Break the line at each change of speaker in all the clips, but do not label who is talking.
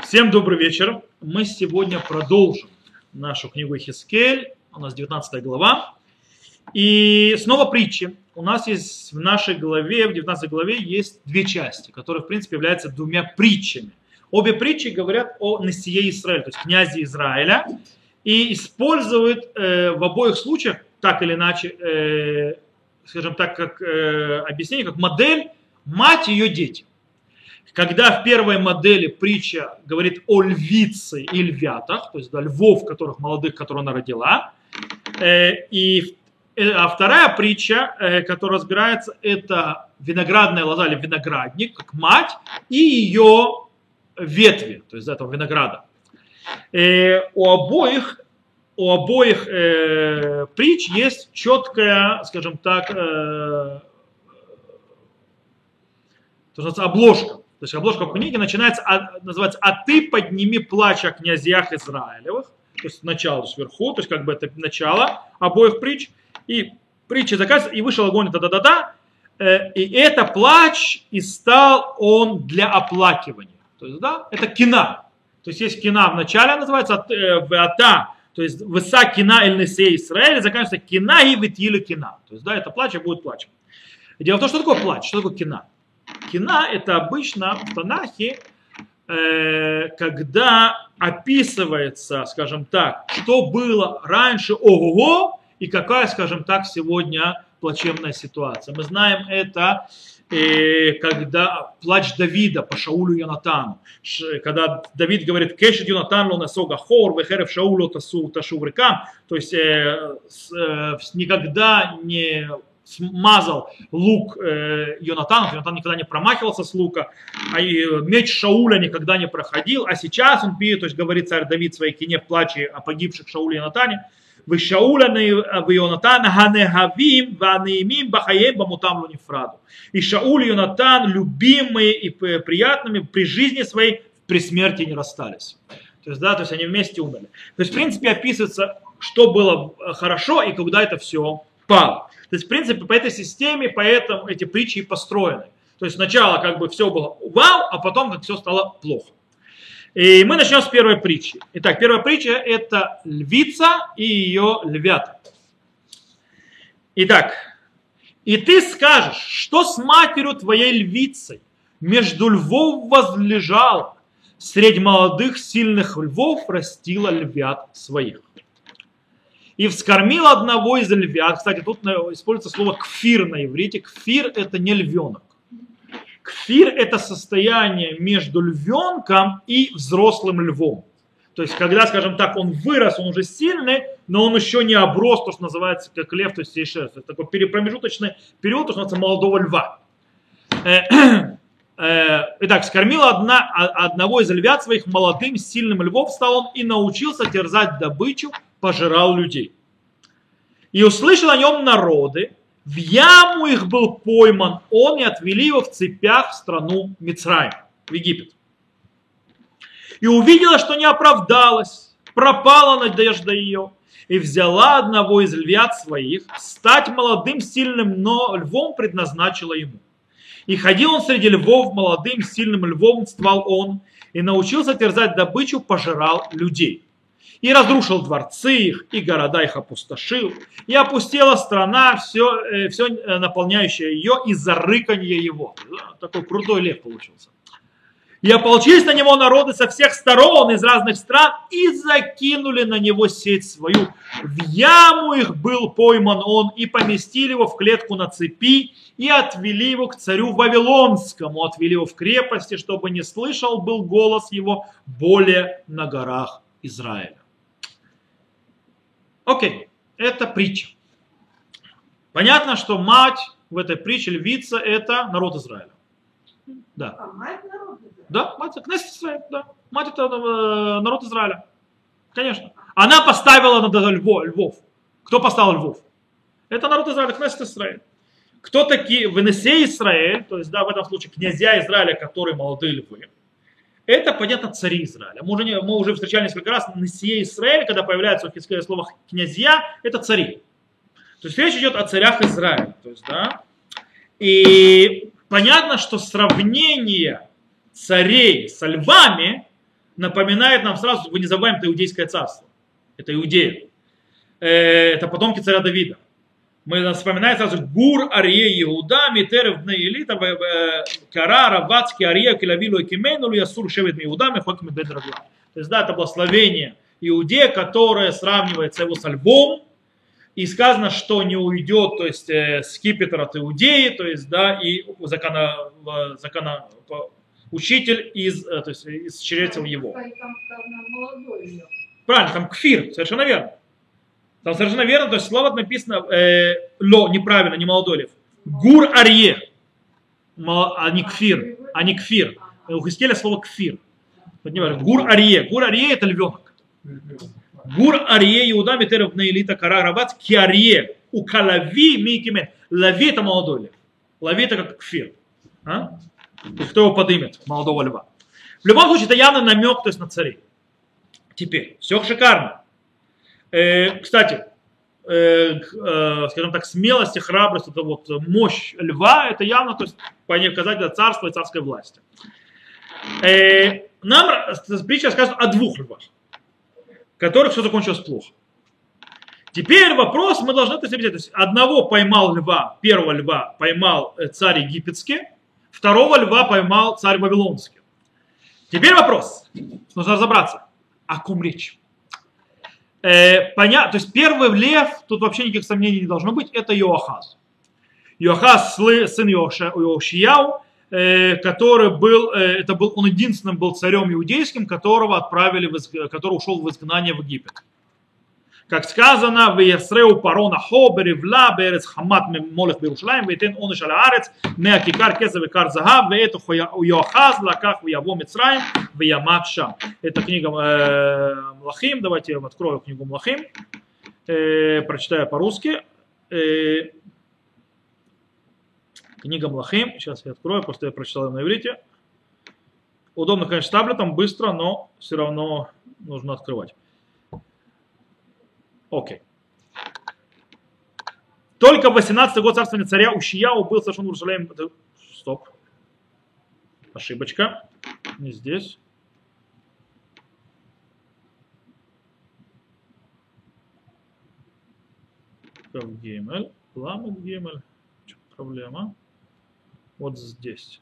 Всем добрый вечер. Мы сегодня продолжим нашу книгу Йехескель. У нас 19 глава. И снова притчи. У нас есть в нашей главе, в 19 главе, есть две части, которые, в принципе, являются двумя притчами. Обе притчи говорят о Несие Израиля, то есть князе Израиля, и используют в обоих случаях, так или иначе, скажем так, как объяснение, как модель мать и ее дети. Когда в первой модели притча говорит о львице и львятах, то есть да, львов, которых молодых, которые она родила, а вторая притча, которая разбирается, это виноградная лоза или виноградник, как мать, и ее ветви, то есть этого винограда. У обоих притч есть четкая, скажем так, обложка. То есть обложка в книге называется «А ты подними плач о князьях Израилевых». То есть начало сверху, то есть как бы это начало обоих притч. И притча заканчивается, и вышел огонь, да-да-да-да. И это плач, и стал он для оплакивания. То есть, да, это кина. То есть есть кина в начале, называется «Ата», то есть «Веса кина эль несей Израиль», заканчивается «Кина и ветили кина». То есть, да, это плач, и будет плачем. Дело в том, что такое плач, что такое кина. Кина – это обычно в Танахе, когда описывается, скажем так, что было раньше, ого-го, и какая, скажем так, сегодня плачевная ситуация. Мы знаем это, когда плач Давида по Шаулю и Йонатану. Когда Давид говорит, «Кешет Йонатан ло насога хор, вехерев Шаулю ташу рекам», то есть никогда не смазал лук Йонатана, Йонатан никогда не промахивался с лука, а меч Шауля никогда не проходил, а сейчас он пьет, то есть говорит царь Давид в своей кине в плаче о погибших Шауле и Йонатане, «Вы Шауля в Йонатана ганегавим ванеимим бахаем бамутам лунифраду». И Шауль и Йонатан, любимые и приятными, при жизни своей, при смерти не расстались. То есть, да, то есть они вместе умерли. То есть, в принципе, описывается, что было хорошо и когда это все пало. То есть, в принципе, по этой системе, поэтому эти притчи и построены. То есть сначала как бы все было вау, а потом как все стало плохо. И мы начнем с первой притчи. Итак, первая притча – это львица и ее львята. Итак, и ты скажешь, что с матерью твоей львицей между львов возлежала, среди молодых сильных львов растила львят своих. И вскормил одного из львят. Кстати, тут используется слово кфир на иврите. Кфир – это не львенок. Кфир – это состояние между львенком и взрослым львом. То есть, когда, скажем так, он вырос, он уже сильный, но он еще не оброс, то, что называется, как лев, то есть всей шерстью. Это такой промежуточный период, то, что называется, молодого льва. Итак, скормил одного из львят своих молодым, сильным львом, стал он и научился терзать добычу, пожирал людей. И услышал о нем народы, в яму их был пойман он, и отвели его в цепях в страну Мицраим, в Египет. И увидела, что не оправдалась, пропала надежда ее, и взяла одного из львят своих, стать молодым сильным, но львом предназначила ему. И ходил он среди львов, молодым сильным львом ствал он, и научился терзать добычу, пожирал людей. И разрушил дворцы их, и города их опустошил, и опустела страна, все наполняющее ее, из-за рыканья его. Такой крутой лев получился. И ополчились на него народы со всех сторон, из разных стран, и закинули на него сеть свою. В яму их был пойман он, и поместили его в клетку на цепи, и отвели его к царю Вавилонскому, отвели его в крепости, чтобы не слышал был голос его более на горах Израиля. Окей, это притча. Понятно, что мать в этой притче, львица, это народ Израиля. Да.
А мать народ Израиля?
Да, мать Кнессет Израиля, да. Мать это народ Израиля. Конечно. Она поставила над львов. Кто поставил львов? Это народ Израиля, Кнессет Израиля. Кто такие в Несей Израиль, то есть да, в этом случае князья Израиля, которые молодые львы. Это, понятно, цари Израиля. Мы уже встречали несколько раз Несие Израиль, когда появляется слово князья, это цари. То есть речь идет о царях Израиля. То есть, да, и понятно, что сравнение царей со львами напоминает нам сразу, вы не забываем, это Иудейское царство. Это Иудея. Это потомки царя Давида. Мы вспоминаем сразу Гур, Арье, Иуда, Митерев, Бнеилита, Кара, Равацкий, Арье, Келавилу, Экимену, Ясур, Шевет, Иуда, Мехоким, Бедрагла. То есть, да, это благословение Иудея, которое сравнивается его со львом. И сказано, что не уйдет, то есть, скипетр от Иудеи, то есть, да, и учитель то есть, из чресел его.
Там сказано молодой.
Правильно, там кфир, совершенно верно. Там совершенно верно, то есть слово написано неправильно, не молодой лев. Гур арье, а не кфир, У Хискеля слово кфир. Гур арье это львенок. Гур арье Иуда Митерев Бнеилита Кара Равац Киарье у Калави Микимен. Лави это молодой лев. Лави это как кфир. То есть кто его подымет, молодого льва. В любом случае это явно намек, то есть на царей. Теперь, все шикарно. Кстати, скажем так, смелость и храбрость, это вот мощь льва, это явно, то есть, показатель царства и царской власти. Нам притча рассказывает о двух львах, которых все закончилось плохо. Теперь вопрос, мы должны это взять. То есть, одного поймал льва, первого льва поймал царь египетский, второго льва поймал царь вавилонский. Теперь вопрос, нужно разобраться, о ком речь. Понятно, то есть первый лев, тут вообще никаких сомнений не должно быть, это Иоахаз. Иоахаз, сын Иошияу, который был, он единственным был царем иудейским, который ушел в изгнание в Египет. Как сказано, «Веясреу парона хо беревла берец хамат молех берушалаем, вейтен оныш аля арец, меа кикар кесов и кар загав, веэту Иоахаз лаках вяво Мицраим, веямат шам». Это книга Млахим, давайте я открою книгу Млахим, прочитаю по-русски. Книга Млахим, сейчас я открою, просто я прочитал ее на иврите. Удобно, конечно, таблетом, быстро, но все равно нужно открывать. Окей. Только в 18-й год царствования царя Ушияу был совершен в Иерусалиме. Стоп. Ошибочка. Не здесь. Геймель. Ламет Геймель. Проблема. Вот здесь.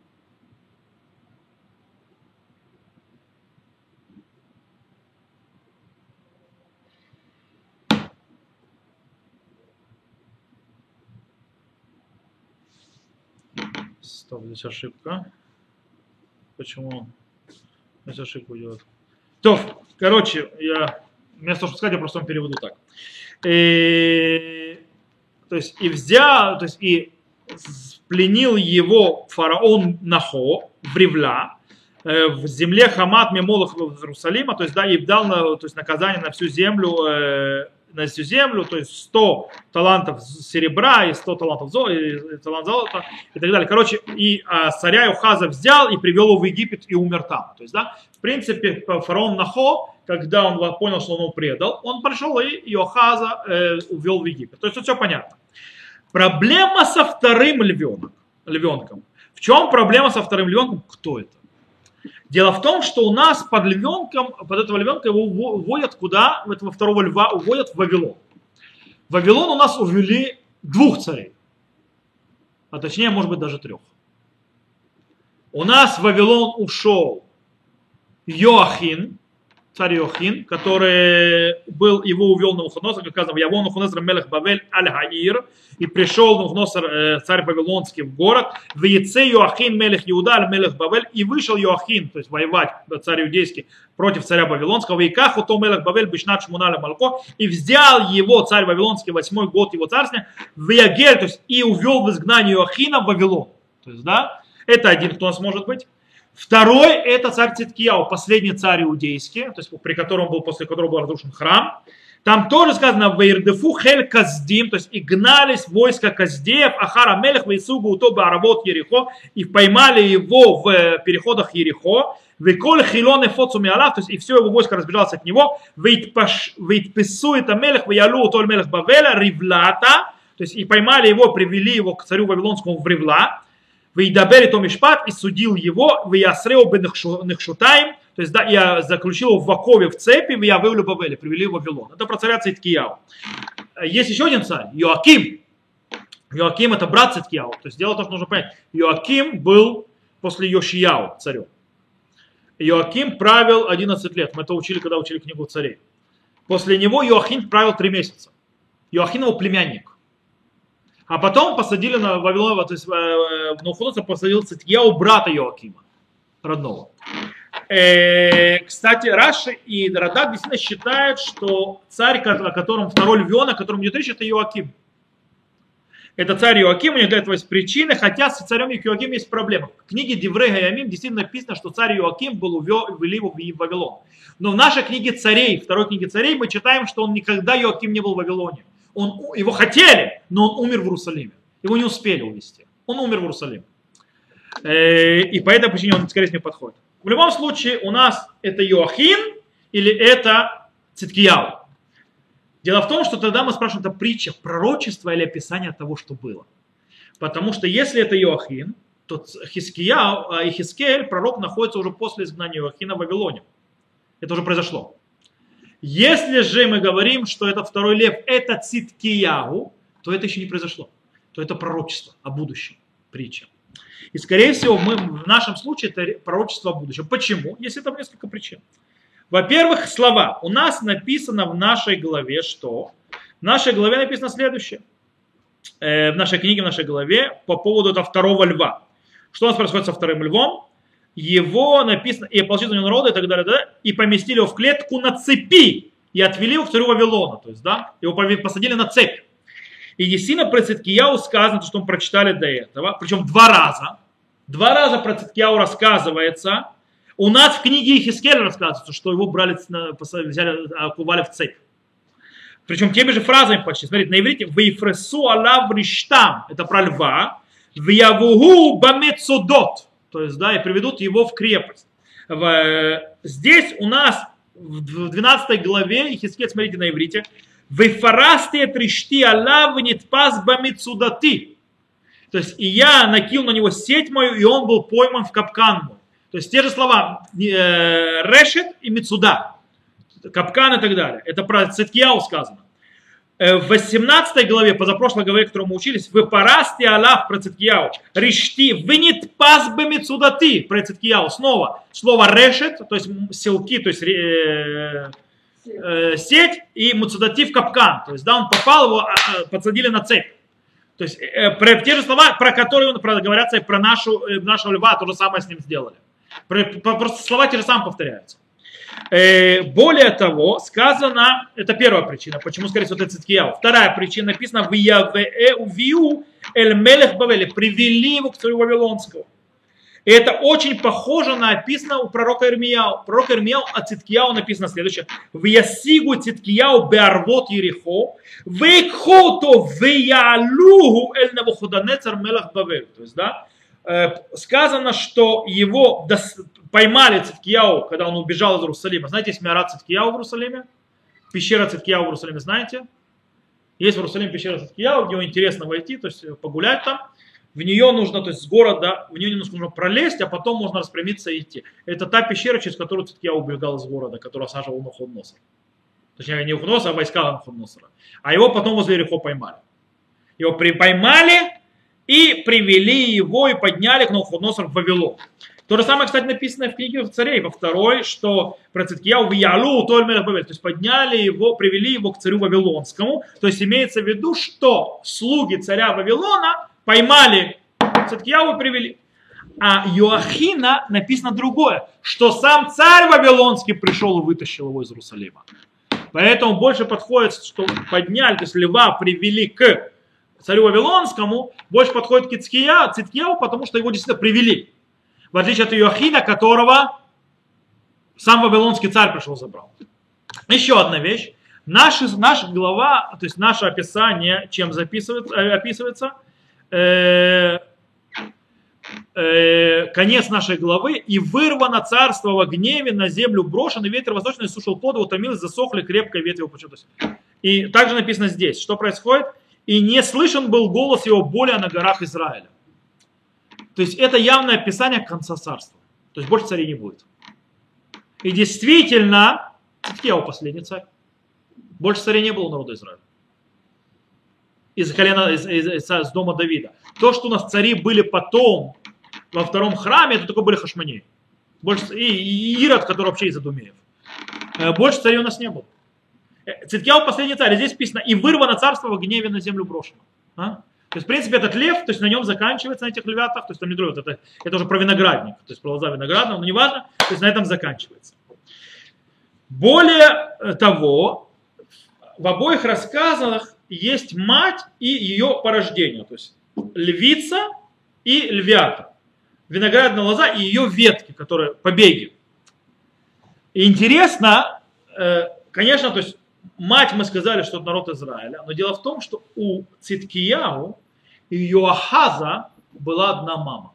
Стоп, здесь ошибка. Почему здесь ошибку делают? То, короче, вместо того, чтобы сказать, я просто вам переведу так. То есть и пленил его фараон Нахо в Ревля, в земле Хамат Мемолах в Иерусалима, то есть, да, и дал наказание на всю землю, то есть 100 талантов серебра и 100 талантов золота и так далее. Короче, и царя Иохаза взял и привел его в Египет и умер там. То есть, да, в принципе, фараон Нахо, когда он понял, что он его предал, он пришел и Иохаза увел в Египет. То есть, все понятно. Проблема со вторым львенком. В чем проблема со вторым львенком? Кто это? Дело в том, что у нас под этого львенка его уводят куда? Этого второго льва уводят в Вавилон. В Вавилон у нас увели 2 царей. А точнее, может быть, даже 3. У нас в Вавилон ушел Йоахин, царь Йоахин, который его увел Навуходоносор, как сказано, «Яво Навуходоносор мелех Бавель аль-Хаир», и пришел Навуходоносор, царь Вавилонский, в город, «Веяце Йоахин мелех Иуда аль-Мелех Бавель», и вышел Йоахин, то есть воевать, царь иудейский, против царя Вавилонского, «Вейкаху то мелех Бавель бишнат шмуналя малко», и взял его, царь Вавилонский, 8-й год его царствия, «Веягель», то есть и увел в изгнание Йоахина в Вавилон. То есть, да, это один, кто у нас может быть. Второй это царь Циткияу, последний царь иудейский, то есть после которого был разрушен храм. Там тоже сказано «Вейрдефу хель каздим», то есть и гнались войска каздеев, ахара мелех вейсугу утоба аравот Ерихо, и поймали его в переходах Ерихо, веколь хилон эфоцу миалав, то есть и все его войско разбежалось от него, вейтпесу это мелех веялу утоль мелех бавеля ривлата, то есть и поймали его, привели его к царю Вавилонскому в Ривла, Вейдабер и Томишпат, и судил его, Веясрео бен Нехшутаим, то То есть, да, я заключил его в окове, в цепи, я вывел Бавель, привели в Вавилон. Это про царя Циткияу. Есть еще один царь, Йоаким. Йоаким это брат Циткияу. То есть дело в том, что нужно понять. Йоаким был после Йошияу царем. Йоаким правил 11 лет. Мы это учили, когда учили книгу царей. После него Йоахим правил 3 месяца. Йоахим его племянник. А потом посадили на Вавилон, то есть в Навуходоносор посадил Циткияу брата Йоакима, родного. Кстати, Раши и Радак действительно считают, что царь, о котором второй Львион, о котором идет речь, это Йоаким. Это царь Йоаким, у них для этого есть причины, хотя с царем Йоаким есть проблема. В книге Деврей Гаямим действительно написано, что царь Йоаким был ввели его в Вавилон. Но в нашей книге царей, второй книге царей, мы читаем, что он никогда Йоаким не был в Вавилоне. Его хотели, но он умер в Иерусалиме. Его не успели увезти. Он умер в Иерусалиме. И по этой причине он, скорее всего, не подходит. В любом случае, у нас это Йоахим или это Циткияу. Дело в том, что тогда мы спрашиваем, это притча, пророчество или описание того, что было. Потому что если это Йоахим, то Хискель, пророк, находится уже после изгнания Йоахина в Вавилоне. Это уже произошло. Если же мы говорим, что это второй лев, это Циткияу, то это еще не произошло. То это пророчество о будущем, притча. И, скорее всего, в нашем случае это пророчество о будущем. Почему? Есть это несколько причин. Во-первых, слова. У нас написано в нашей главе, что? В нашей главе написано следующее. В нашей книге, в нашей главе по поводу этого второго льва. Что у нас происходит со вторым львом? Его написано, и ополчился на него народа, и так далее, да, и поместили его в клетку на цепи, и отвели его к царю Вавилона. То есть, да, его посадили на цепь. И действительно про Циткияу сказано, что мы прочитали до этого, причем 2 раза. 2 раза про Циткияу рассказывается. У нас в книге Ихискеля рассказывается, что его взяли, окували в цепь. Причем теми же фразами почти. Смотрите, на иврите «Вейфресу алав риштам» это про льва. «Вьявугу бамецудот» то есть, да, и приведут его в крепость. Здесь у нас в 12 главе Ихискель, смотрите на иврите «Вейфарасти тришти алав нитпас бамецудати». То есть, и я накинул на него сеть мою, и он был пойман в капкан мой. То есть те же слова решет и мецуда, капкан и так далее. Это про Циткияу сказано. В 18 главе, позапрошлой главе, которую мы учились, вы парасти алав про Циткияу, ришти, вынет пас бы мецудати про Циткияу. Снова слово решет, то есть селки, то есть сеть, и мецудати в капкан. То есть да, он попал, его подсадили на цепь. То есть те же слова, про которые говорятся и про нашего льва, то же самое с ним сделали. Просто слова те же самые повторяются. Более того, сказано, это первая причина, почему, скорее всего, это Циткияу. Вторая причина написана в Явеу эль мелех Бавеле, привели его к царю Вавилонскому. И это очень похоже на описано у пророка Ирмияу. Пророк Ирмияу о Циткияу написано следующее. В Ясигу Циткияу беарвот Ерихо, векхото веялуху эль Навуходонецар мелех Бавель. То есть, да, сказано, что его поймали Циткияу, когда он убежал из Иерусалима. Знаете, есть Меарат Циткияу в Иерусалиме? Пещера Циткияу в Иерусалиме, знаете? Есть в Иерусалиме пещера Циткияу, где интересно войти, то есть погулять там. В нее нужно, то есть с города, в нее немножко нужно пролезть, а потом можно распрямиться и идти. Это та пещера, через которую Циткияу убегал из города, которую осаживал Навуходоносор. Точнее, не Навуходоносор, а войска Навуходоносора. А его потом возле Ерихо поймали. Его поймали и привели его и подняли к Навуходоносору в Вавилон. То же самое, кстати, написано в книге царей, во второй, что про Циткияу в Ялу, то есть подняли его, привели его к царю Вавилонскому. То есть имеется в виду, что слуги царя Вавилона поймали Циткияу и привели. А Йоахина написано другое, что сам царь Вавилонский пришел и вытащил его из Иерусалима. Поэтому больше подходит, что подняли, то есть льва привели к царю Вавилонскому, больше подходит к Циткияу, потому что его действительно привели. В отличие от Йоахина, которого сам вавилонский царь пришел и забрал. Еще одна вещь. Наша глава, то есть наше описание, чем описывается, конец нашей главы. И вырвано царство во гневе, на землю брошен, и ветер восточный сушил плоды, утомилось, засохли, крепкое ветви его почему-то. И также написано здесь, что происходит. И не слышен был голос его боли на горах Израиля. То есть это явное описание конца царства. То есть больше царей не будет. И действительно, Циткияу последний царь. Больше царей не было у народа Израиля. Из колена, из дома Давида. То, что у нас цари были потом во втором храме, это только были Хашмонеи. И Ирод, который вообще из Адумеев. Больше царей у нас не было. Циткияу последний царь. Здесь написано, и вырвано царство во гневе на землю брошено. То есть, в принципе, этот лев, то есть на нем заканчивается, на этих львятах, то есть там не другое, это уже про виноградник, то есть про лоза виноградного, но неважно, то есть на этом заканчивается. Более того, в обоих рассказах есть мать и ее порождение, то есть львица и львята, виноградная лоза и ее ветки, которые побеги. И интересно, конечно, то есть мать мы сказали, что это народ Израиля, но дело в том, что у Циткияу и Йоахаза была одна мама.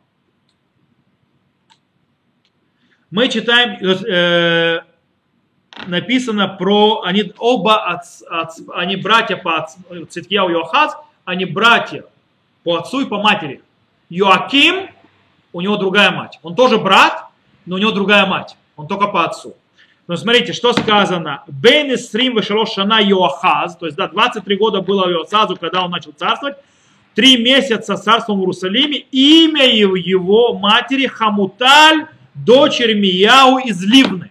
Мы читаем, написано про, они оба, они братья по Циткияу и Йоахаз, они братья по отцу и по матери. Йоаким, у него другая мать. Он тоже брат, но у него другая мать. Он только по отцу. Но смотрите, что сказано. Бен Исрим вешелош шана Йоахаз, то есть 23 года было Йоахазу, когда он начал царствовать, 3 месяца царством в Иерусалиме, имя его матери Хамуталь, дочь Ирмияу из Ливны.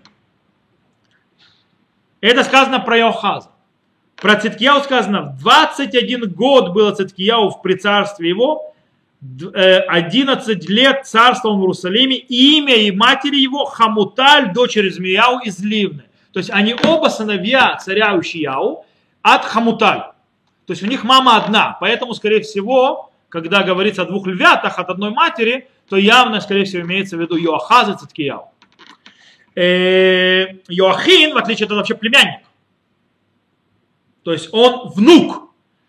Это сказано про Йоахаза. Про Циткияу сказано, в 21 год было Циткияу при царстве его, 11 лет царствовал в Иерусалиме, имя и матери его Хамуталь, дочь Ирмияу из Ливны. То есть они оба сыновья царя Ушияу от Хамуталь. То есть у них мама одна, поэтому, скорее всего, когда говорится о 2 львятах от одной матери, то явно, скорее всего, имеется в виду Йоахаз и Циткияу. Йоахин, в отличие от вообще племянник, то есть он внук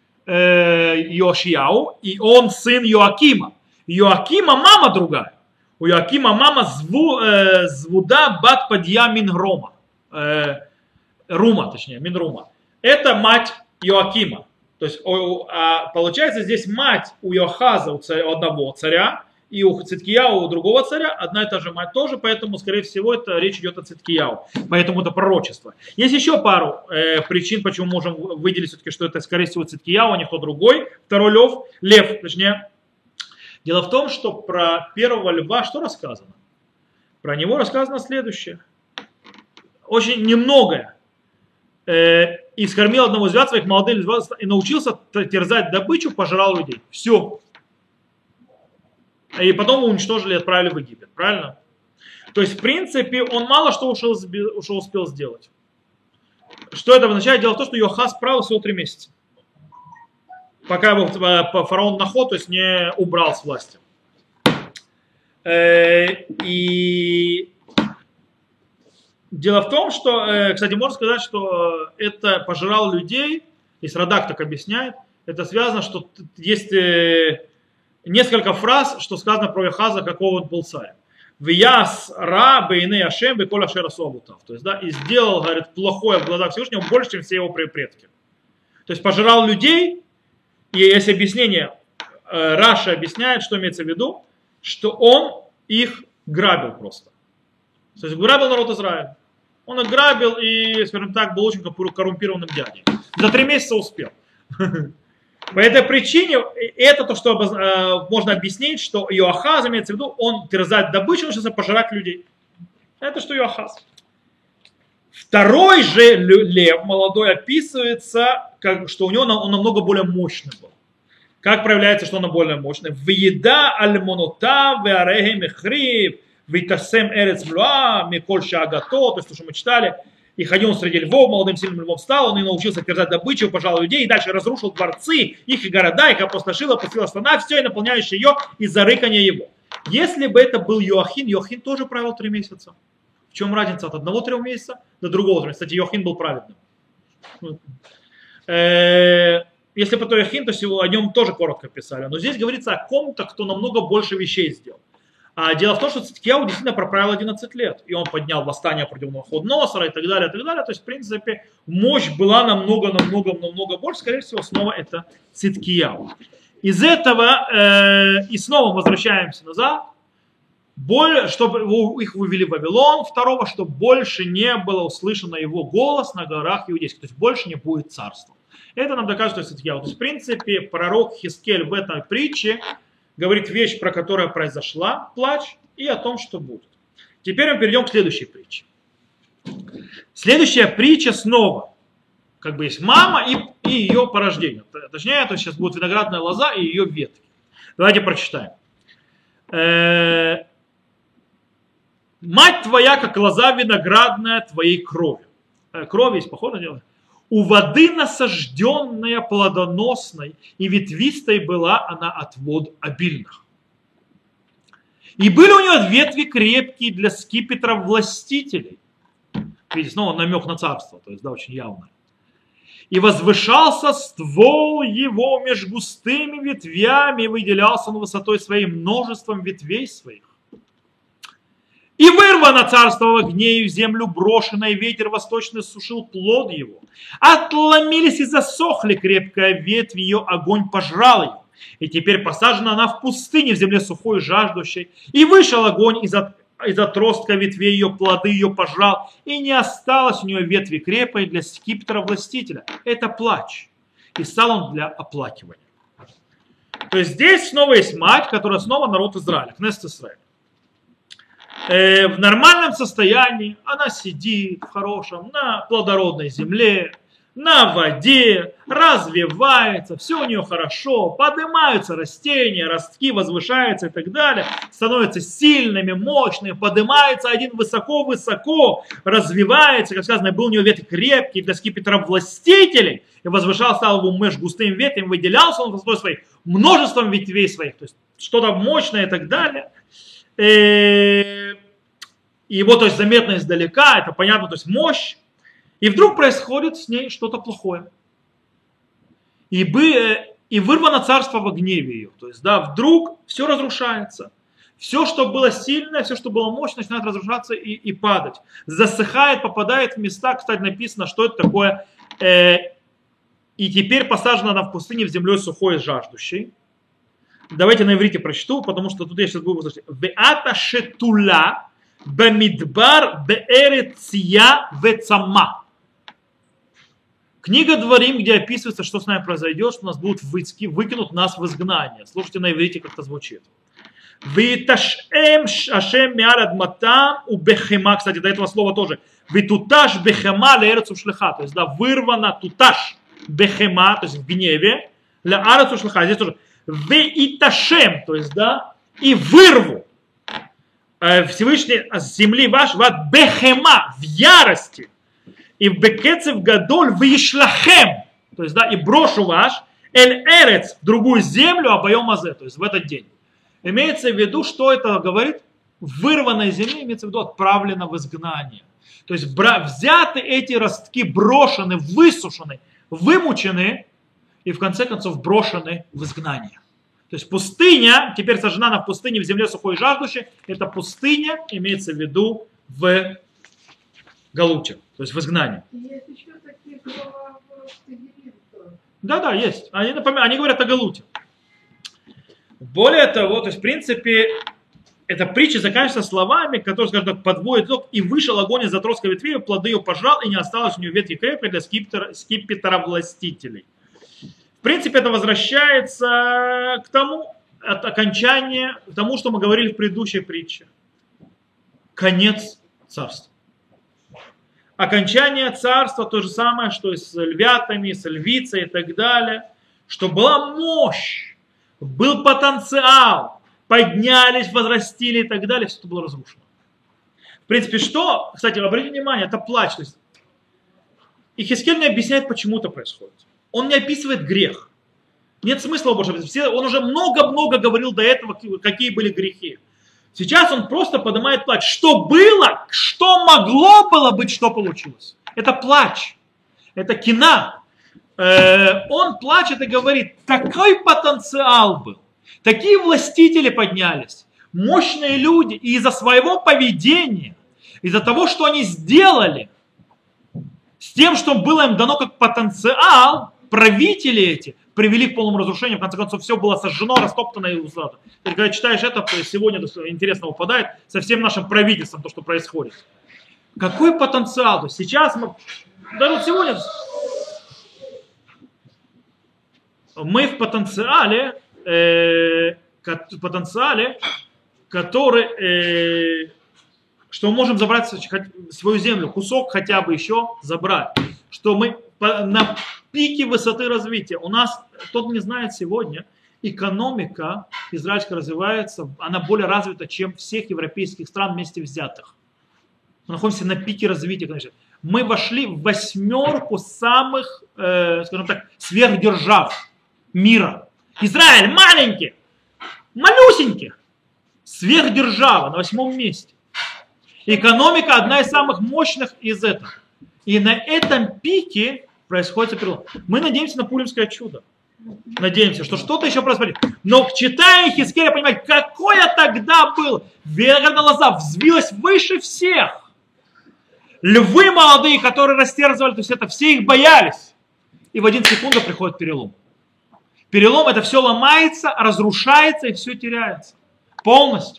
Йошияу, и он сын Йоакима. Йоакима мама другая. У Йоакима мама Звуда бат Падья Минрума. Рума, точнее, Минрума. Это мать Йоакима. То есть получается здесь мать у Йоахаза, у одного царя, и у Циткияу, у другого царя, одна и та же мать тоже, поэтому, скорее всего, это речь идет о Циткияу. Поэтому это пророчество. Есть еще пару причин, почему можем выделить все-таки, что это, скорее всего, Циткияу, а не кто другой. Второй лев, точнее. Дело в том, что про первого льва что рассказано? Про него рассказано следующее. Очень немногое. И скормил одного из львят своих молодых львов и научился терзать добычу, пожрал людей. Все. И потом его уничтожили и отправили в Египет. Правильно? То есть, в принципе, он мало что уже успел сделать. Что это означает? Дело в том, что Йоахаз правил всего 3 месяца. Пока его фараон Нахо, то есть не убрал с власти. И дело в том, что, кстати, можно сказать, что это пожирал людей, если Радак так объясняет, это связано, что есть несколько фраз, что сказано про Йоахаза, какого он был царем. Вияс ра бейней ашем беколя шерасобутав. То есть, да, и сделал, говорит, плохое в глазах Всевышнего больше, чем все его предки. То есть пожирал людей, и есть объяснение, Раша объясняет, что имеется в виду, что он их грабил просто. То есть грабил народ Израиля. Он их грабил и, скажем так, был очень коррумпированным дядей. За 3 месяца успел. По этой причине это то, что можно объяснить, что Йоахаз, имеется в виду, он терзает добычу, он сейчас пожирать людей. Это что Йоахаз. Второй же лев, молодой, описывается, что у него он намного более мощный был. Как проявляется, что он более мощный? Вьеда альмонута веареге мехрив витасем эрец млуа миколь шагато, то есть то, что мы читали. И ходил он среди львов, молодым сильным львом стал, он и научился терзать добычу, пожал людей, и дальше разрушил дворцы, их и города, их опустошил, опустила страна, все, и наполняющее ее из-за рыкания его. Если бы это был Йоахин, Йоахин тоже правил 3 месяца. В чем разница от одного 3 месяца до другого 3 месяца? Кстати, Йоахин был праведным. Если бы то Йоахин, то о нем тоже коротко писали. Но здесь говорится о ком-то, кто намного больше вещей сделал. А дело в том, что Циткияу действительно проправил 11 лет. И он поднял восстание против Навуходоносора и так далее, и так далее. То есть, в принципе, мощь была намного больше. Скорее всего, снова это Циткияу. Из этого, и снова возвращаемся назад, чтобы их вывели в Вавилон, второго, чтобы больше не было услышано его голос на горах иудейских, то есть больше не будет царства. Это нам доказывает, что то есть в принципе пророк Хискель в этой притче говорит вещь, про которую произошла, плач, и о том, что будет. Теперь мы перейдем к следующей притче. Следующая притча снова. Как бы есть мама и ее порождение. Точнее, это сейчас будет виноградная лоза и ее ветки. Давайте прочитаем. Мать твоя, как лоза виноградная твоей крови. Кровь есть, похоже на дело. У воды насажденная плодоносной, и ветвистой была она от вод обильных. И были у нее ветви крепкие для скипетров властителей. Видите, снова намек на царство, то есть, да, очень явно. И возвышался ствол его меж густыми ветвями, и выделялся он высотой своей множеством ветвей своих. И вырвано царство в огне, и в землю брошено, и ветер восточный сушил плод его. Отломились и засохли крепкая ветвь, ее огонь пожрал ее. И теперь посажена она в пустыне, в земле сухой и жаждущей. И вышел огонь из отростка ветвей ее, плоды ее пожрал. И не осталось у нее ветви крепкой для скипетра властителя. Это плач. И стал он для оплакивания. То есть здесь снова есть мать, которая снова народ Израиля, Кнессет Исраэль. В нормальном состоянии она сидит в хорошем, на плодородной земле, на воде, развивается, все у нее хорошо, поднимаются растения, ростки возвышаются и так далее, становятся сильными, мощными, поднимается один высоко-высоко, развивается, как сказано, был у него ветви крепкие для скипетров властителей, и возвышался, стал его меж густым ветвем, выделялся он высотой своей, множеством ветвей своих, то есть что-то мощное и так далее. И его, то есть, заметно издалека, это понятно, то есть мощь. И вдруг происходит с ней что-то плохое. И вырвано царство во гневе ее. То есть, да, вдруг все разрушается. Все, что было сильное, все, что было мощное, начинает разрушаться и падать. Засыхает, попадает в места, кстати, написано, что это такое. И теперь посажена она в пустыне в земле сухой и жаждущей. Давайте на иврите прочту, потому что тут я сейчас буду слышать. Веата шетула бамидбар беэреция вецама. Книга Дворим, где описывается, что с нами произойдет, что нас будут выкинут нас в изгнание. Слушайте на иврите, как это звучит. Виташем ашем миарад матам у бехема. Кстати, до этого слова тоже. Витуташ бехема леэрцу шлеха. То есть, да, вырвана туташ бехема, то есть в гневе, для арцу шлеха. Здесь тоже. Виташем, то есть, да, и вырву Всевышний с земли ваш ват бехема, в ярости. И в бекецев гадоль вишлахем, то есть, да, и брошу ваш эль эрец, в другую землю, обоем азе, то есть в этот день. Имеется в виду, что это говорит? Вырванной земли, имеется в виду, отправлено в изгнание. То есть взяты эти ростки, брошены, высушены, вымучены и в конце концов брошены в изгнание. То есть пустыня, теперь сожжена она в пустыне, в земле сухой и жаждущей, это пустыня, имеется в виду в Галуте, то есть в изгнании.
Есть еще такие слова в Тегерим.
Да, есть. Они говорят о Галуте. Более того, то есть в принципе, эта притча заканчивается словами, которые, скажем так, подводят итог. И вышел огонь из отростка ветвей, плоды ее пожрал, и не осталось у нее ветви крепкой для скипетра властителей. В принципе, это возвращается к тому, от окончания, к тому, что мы говорили в предыдущей притче. Конец царства. Окончание царства то же самое, что и с львятами, с львицей и так далее. Что была мощь, был потенциал, поднялись, возрастили и так далее, все это было разрушено. В принципе, что, кстати, обратите внимание, это плач. То есть, и Хискель не объясняет, почему это происходит. Он не описывает грех. Нет смысла его больше описывать. Он уже много-много говорил до этого, какие были грехи. Сейчас он просто поднимает плач. Что было, что могло было быть, что получилось. Это плач. Это кина. Он плачет и говорит, такой потенциал был. Такие властители поднялись. Мощные люди. И из-за своего поведения, из-за того, что они сделали, с тем, что было им дано как потенциал, правители эти привели к полному разрушению, в конце концов все было сожжено, растоптано и узлато. И когда читаешь это, сегодня интересно выпадает со всем нашим правительством, то, что происходит. Какой потенциал? То есть сейчас мы, даже вот сегодня, мы в потенциале, который, что мы можем забрать свою землю, кусок хотя бы еще забрать, что мы на пике высоты развития. У нас, кто-то не знает сегодня, экономика израильская развивается, она более развита, чем всех европейских стран вместе взятых. Мы находимся на пике развития, конечно. Мы вошли в 8 самых, скажем так, сверхдержав мира. Израиль маленький, малюсенький, сверхдержава на 8 месте. Экономика одна из самых мощных из этого. И на этом пике происходит перелом. Мы надеемся на пуримское чудо. Надеемся, что что-то еще происходит. Но читая Хискеля, понимать, какое тогда было. Виноградная лоза взвилась выше всех. Львы молодые, которые растерзывали, то есть это все их боялись. И в 1 секунду приходит перелом. Перелом, это все ломается, разрушается и все теряется. Полностью.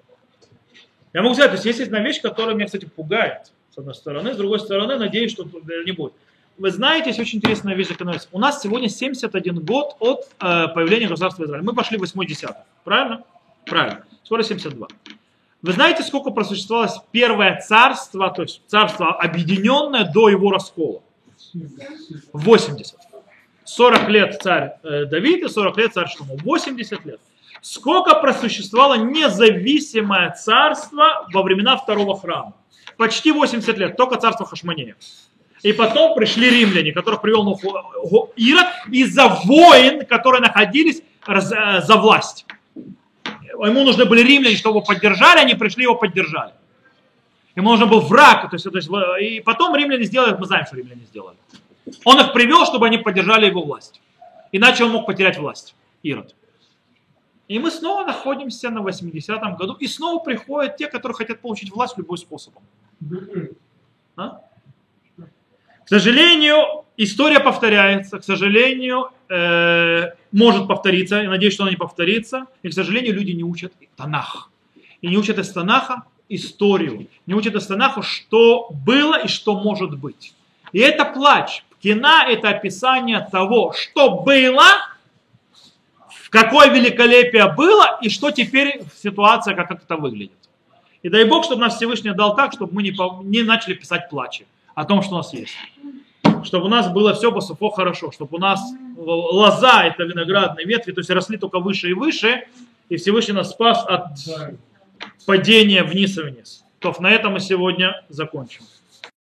Я могу сказать, то есть есть одна вещь, которая меня, кстати, пугает. С одной стороны. С другой стороны, надеюсь, что не будет. Вы знаете, есть очень интересная вещь экономики. У нас сегодня 71 год от появления государства Израиль. Мы пошли в 8-10. Правильно? Правильно. Скоро 72. Вы знаете, сколько просуществовало первое царство, то есть царство объединенное до его раскола? 80. 40 лет царь Давид и 40 лет царь Шломо. 80 лет. Сколько просуществовало независимое царство во времена второго храма? Почти 80 лет, только царство Хашмонея. И потом пришли римляне, которых привел Ирод, из-за войн, которые находились за власть. Ему нужны были римляне, чтобы его поддержали, они пришли, его поддержали. Ему нужен был враг. То есть, и потом римляне сделали, мы знаем, что римляне сделали. Он их привел, чтобы они поддержали его власть. Иначе он мог потерять власть, Ирод. И мы снова находимся на 80-м году, и снова приходят те, которые хотят получить власть любым способом. А? К сожалению, история повторяется, к сожалению, может повториться, я надеюсь, что она не повторится, и, к сожалению, люди не учат Танах. И не учат из Танаха историю, не учат из Танаха, что было и что может быть. И это плач. Кина – это описание того, что было, какое великолепие было, и что теперь ситуация, как это выглядит. И дай Бог, чтобы нас Всевышний дал так, чтобы мы не начали писать плачи о том, что у нас есть. Чтобы у нас было все по-суфо хорошо, чтобы у нас лоза, это виноградные ветви, то есть росли только выше и выше, и Всевышний нас спас от падения вниз и вниз. То на этом мы сегодня закончим.